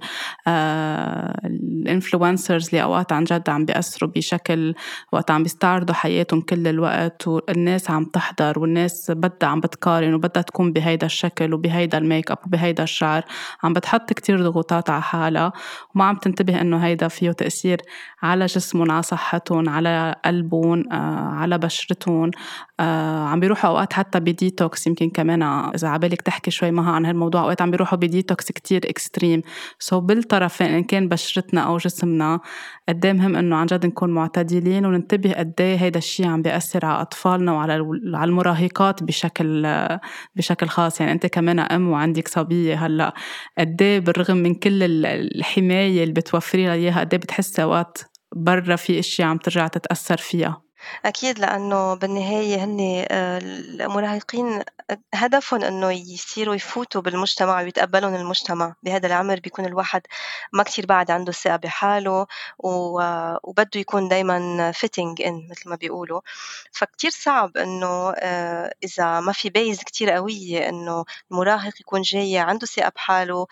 الانفلونسرز اللي أوقات عن جد عم بيأثروا بشكل وقت عم بيستعرضوا حياتهم كل الوقت، والناس عم تحضر والناس بدها عم بتقارن وبدها تكون بهيدا الشكل وبهيدا الميك اب وبهيدا الشعر، عم بتحط كتير ضغوطات على حالها وما عم تنتبه إنه هيدا فيه تأثير على جسمهم، على صحتهم، على قلبهم، على بشرتهم. عم بيروحوا أوقات حتى بديتوكس، يمكن كمان إذا عبالك تحكي شوي معها عن هالموضوع، أوقات عم بيروحوا بديتوكس كتير إكستريم. بالطرفين إن كان بشرتنا أو جسمنا قديه مهم إنه عن جد نكون معتدلين وننتبه قديه هيدا الشي عم بيأثر على أطفالنا وعلى على المراهقات بشكل خاص. يعني أنت كمان أم وعندك صبية هلأ، قديه بالرغم من كل الحماية اللي بتوفري إياها قديه بتحسي وقت برا في اشياء عم ترجع تتأثر فيها؟ أكيد لأنه بالنهاية هن المراهقين هدفهم إنه يصيروا يفوتوا بالمجتمع ويتقبلون المجتمع، بهذا العمر بيكون الواحد ما كتير بعد عنده ثقة بحاله وبده يكون دايمًا fitting in مثل ما بيقولوا، فكتير صعب إنه إذا ما في base كتير قوية إنه المراهق يكون جاي عنده ثقة بحاله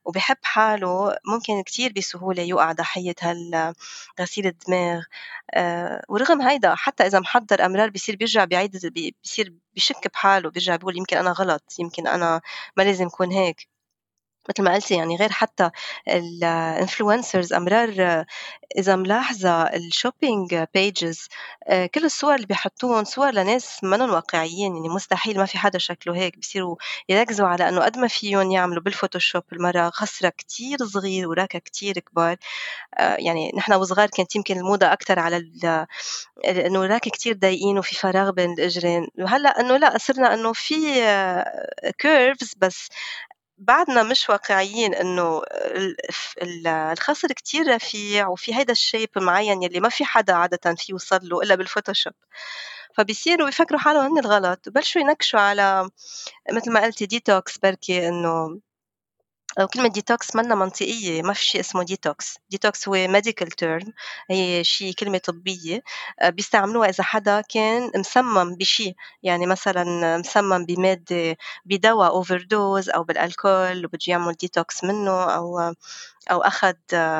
وبيحب حاله ممكن كتير بسهولة يوقع ضحية غسيل الدماغ. ورغم هيدا حتى إذا محضّر أمرار بيصير بيرجع بيعيد بيصير بيشك بحاله، بيرجع بيقول يمكن أنا غلط، يمكن أنا ما لازم كون هيك. متل ما قلتِ يعني غير حتى الinfluencers أمرار إذا ملاحظة الshopping pages كل الصور اللي بيحطّوهم صور لناس منّن واقعيين، يعني مستحيل ما في حدا شكله هيك، بيصيروا يركزوا على إنه قد ما فيّن يعملوا بالphotoshop المرة خصرها كتير صغير وراكها كتير كبار. يعني نحن وصغار كانت يمكن الموضة أكتر على إنه راكي كتير ضيقين وفي فراغ بين الإجرين، وهلأ إنه لأ صرنا إنه في curves بس بعدنا مش واقعيين إنه الخصر كتير رفيع وفي هيدا الshape المعيّن يلّي ما في حدا عادةً فيه يوصل له إلا بالphotoshop، فبيصيروا يفكروا حالهم هن الغلط وبلشوا ينكشوا على متل ما قلتِ detox بركي إنه أو كلمة detox مَنّا منطقية، ما في شي اسمه detox. detox هو medical term، هي شي كلمة طبية بيستعملوها إذا حدا كان مسمّم بشي، يعني مثلًا مسمّم بمادة بدوا overdose أو بالألكول وبده يعمل detox منّه أو أخد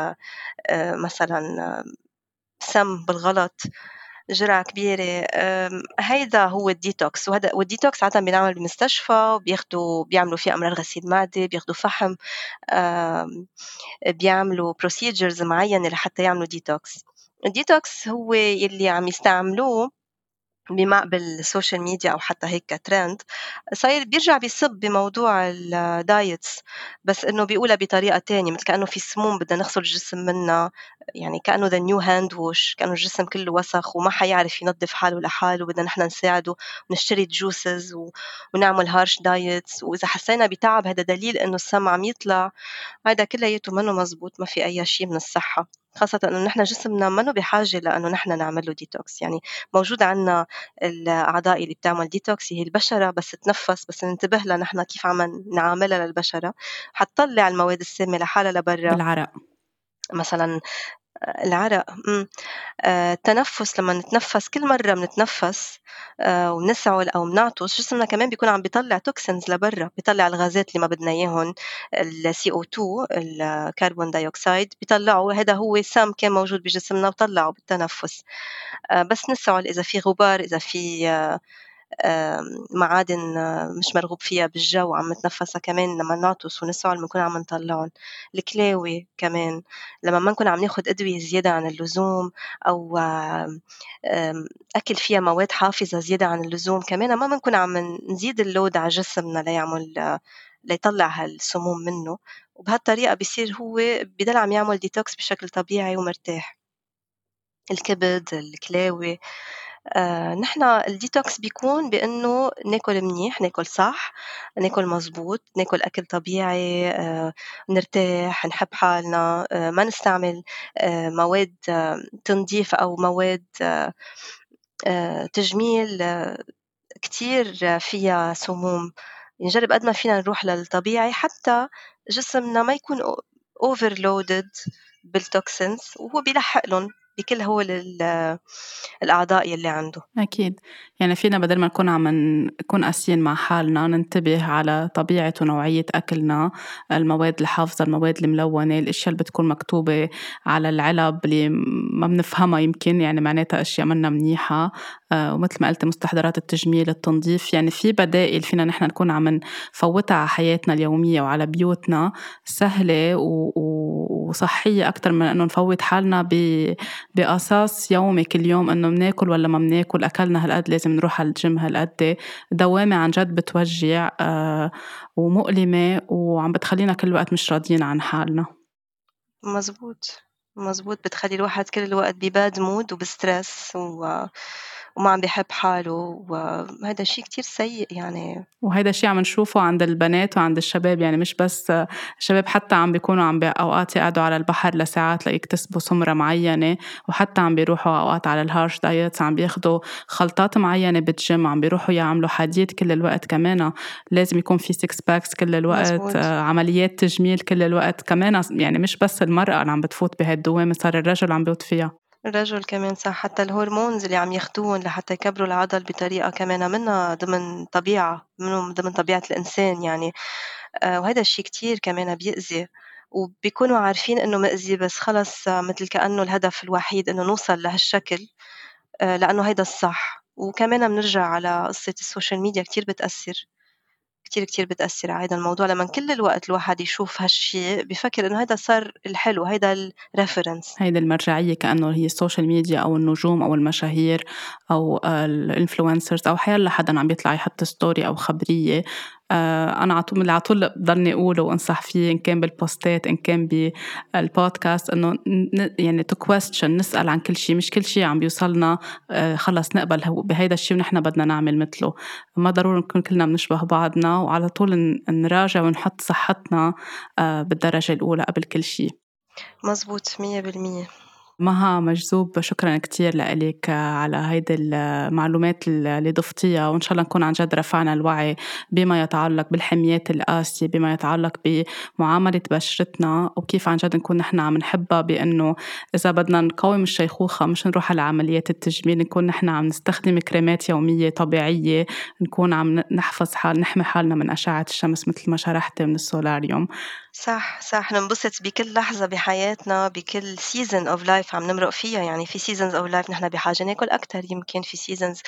مثلًا سَم بالغلط جرعة كبيرة. هيدا هو الdetox، والdetox عادةً بينعمل بالمستشفى بيعملوا فيه أمرار غسيل معدة، بياخدوا فحم، آمم بيعملوا procedures معيّنة لحتى يعملوا detox. الdetox هو يلّي عم يستعملوه بالسوشيال ميديا أو حتى هيك كtrend، صاير بيرجع بيصب بموضوع الdiets، بس إنه بيقولها بطريقة تانية، متل كأنه في سموم بدنا نغسل الجسم منّا، يعني كأنه the new hand wash، كأنه الجسم كلّه وسخ وما حيعرف ينضّف حاله لحاله، بدنا نحن نساعده ونشتري juices ونعمل harsh diets، وإذا حسّينا بتعب هيدا دليل إنه السم عم يطلع. هيدا كلّياته منّه مزبوط، ما في أي شي من الصحّة، خاصةً إنه نحن جسمنا منّه بحاجة لإنه نحن نعمل له detox. يعني موجود عندنا الأعضاء اللي بتعمل detox هي البشرة بس تنفّس، بس ننتبه لها نحن كيف عم نعاملها للبشرة، حتطلّع المواد السامة لحالها لبرّا. بالعرق. مثلًا العرق، التنفُّس لمّا نتنفّس كل مرّة منتنفّس ونسعُل أو منعطس، جسمنا كمان بيكون عم بيطلّع toxins لبرّا، بيطلّع الغازات اللي ما بدنا إياهن، الCO2 الكربون دايوكسيد بيطلّعه، هيدا هو سام كان موجود بجسمنا وطلّعه بالتنفُّس. بس نسعُل إذا في غُبار، إذا في معادن مش مرغوب فيها بالجو عم نتنفّسها كمان لمّا نعطس ونسعُل بنكون عم نطلّعن. الكلاوي كمان لمّا ما نكون عم ناخُد أدوية زيادة عن اللزوم أو أكل فيها مواد حافظة زيادة عن اللزوم، كمان ما بنكون عم نزيد الload على جسمنا ليطلّع هالسموم منّه، وبهالطريقة بيصير هو بيضل عم يعمل detox بشكل طبيعي ومرتاح. الكبد، الكلاوي. نحن الdetox بيكون بإنه ناكل منيح، ناكل صح، ناكل مضبوط، ناكل أكل طبيعي، نرتاح، نحب حالنا، ما نستعمل مواد تنظيف أو مواد تجميل كتير فيها سموم. نجرب قد ما فينا نروح للطبيعي حتى جسمنا ما يكون overloaded بالtoxins، وهو بيلحق لهم بكل هول الأعضاء يلي عنده. أكيد. يعني فينا بدل ما نكون عم نكون قاسيين مع حالنا ننتبه على طبيعة ونوعية أكلنا، المواد الحافظة، المواد الملونة، الأشياء اللي بتكون مكتوبة على العلب اللي ما بنفهمها يمكن يعني معناتها أشياء منا منيحة. ومثل ما قلت مستحضرات التجميل، التنظيف، يعني في بدائل فينا نحن نكون عم نفوتها على حياتنا اليومية وعلى بيوتنا سهلة وصحية أكتر من إنه نفوت حالنا بقصاص يومي كل يوم إنه مناكل ولا ما مناكل، أكلنا هالقد لازم نروح على الجيم هالقد. دوامة عن جد بتوجع ومؤلمة وعم بتخلينا كل وقت مش راضيين عن حالنا. مزبوط، مزبوط، بتخلّي الواحد كل الوقت بbad mood وبstress وما عم بيحب حاله، وهيدا شي كتير سيء يعني. وهيدا الشي عم نشوفه عند البنات وعند الشباب، يعني مش بس الشباب، حتى عم بيكونوا أوقات يقعدوا على البحر لساعات ليكتسبوا سمرة معينة، وحتى عم بيروحوا أوقات على الهارش دايتس، عم بياخدوا خلطات معينة بالجيم، عم بيروحوا يعملوا حديد كل الوقت، كمان لازم يكون في سيكس باكس كل الوقت، مزبوط. عمليات تجميل كل الوقت كمان، يعني مش بس المرأة اللي عم بتفوت بهالدوامة، صار الرجل عم بيفوت فيها. الرجل كمان صح، حتى الهرمونز اللي عم ياخدوهن لحتى يكبروا العضل بطريقة كمان منها ضمن طبيعة، ضمن طبيعة الإنسان يعني. وهيدا الشي كتير كمان بيأذي، وبيكونوا عارفين إنه مأذي بس خلص متل كأنه الهدف الوحيد إنه نوصل لهالشكل لإنه هيدا الصح. وكمان بنرجع على قصة السوشيال ميديا كتير بتأثّر، كتير بتأثّر على هيدا الموضوع، لمّا كل الوقت الواحد يشوف هالشي بيفكّر إنه هيدا صار الحلو، هيدا الreference. هيدي المرجعية كأنه هي السوشيال ميديا أو النجوم أو المشاهير أو الانفلونسرز أو حيالله حدا عم بيطلع يحط ستوري أو خبرية. أنا على طول بضلني أقوله وأنصح فيه، إن كان بالبوستات إن كان بالبودكاست، إنه يعني to question، نسأل عن كل شيء، مش كل شيء عم بيوصلنا خلص نقبل بهيدا الشيء ونحن بدنا نعمل مثله. ما ضروري نكون كلنا بنشبه بعضنا، وعلى طول نراجع ونحط صحتنا بالدرجة الأولى قبل كل شيء. مزبوط 100%. مها مجذوب، شكرا كتير لك على هيدي المعلومات اللي ضفتيها، وإن شاء الله نكون عن جد رفعنا الوعي بما يتعلق بالحميات القاسية، بما يتعلق بمعاملة بشرتنا، وكيف عن جد نكون نحن عم نحبها، بأنه إذا بدنا نقاوم الشيخوخة مش نروح على عمليات التجميل، نكون نحن عم نستخدم كريمات يومية طبيعية، نكون عم نحمي حالنا من أشعة الشمس مثل ما شرحتي من السولاريوم. صح، ننبسط بكل لحظة بحياتنا، بكل season of life عم نمرق فيها. يعني في seasons of life نحن بحاجة ناكل أكتر، يمكن في seasons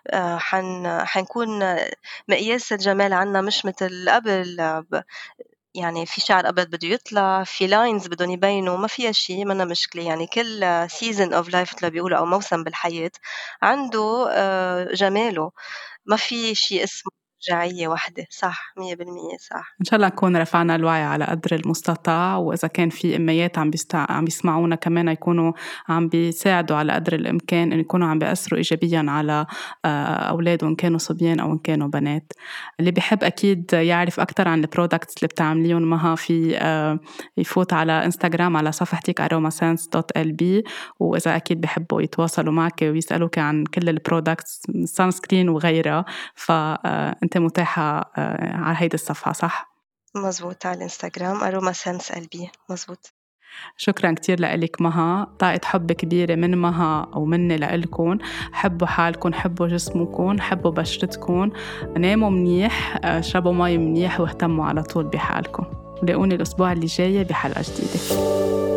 حنكون مقياس الجمال عنا مش متل قبل. يعني في شعر أبيض بده يطلع، في lines بدهم يبينوا، ما فيها شي، منا مشكلة. يعني كل season of life متل ما بيقولوا أو موسم بالحياة عنده جماله، ما في شي اسمه رجعية واحدة. صح 100% صح. إن شاء الله نكون رفعنا الوعي على قدر المستطاع، وإذا كان في أميات عم بيسمعونا كمان يكونوا عم بيساعدوا على قدر الإمكان، إن يكونوا عم بيأثروا إيجابياً على أولادهم، إن كانوا صبيان أو إن كانوا بنات. اللي بيحب أكيد يعرف أكتر عن البرودكتس اللي بتعمليهم مها، في يفوت على إنستغرام على صفحتك aromasense.lb، وإذا أكيد بيحبوا يتواصلوا معك ويسألوك عن كل البرودكتس سان سكرين وغيرها، فأنت متاحة على هيدي الصفحة، صح؟ مزبوط، على الانستغرام aromasense.lb. مزبوط. شكرا كتير لك مها، طاقة حب كبيرة من مها أو مني لإلكن. حبوا حالكن، حبوا جسمكن، حبوا بشرتكن، ناموا منيح، شربوا مي منيح، واهتموا على طول بحالكن. لاقوني الأسبوع اللي جاي بحلقة جديدة.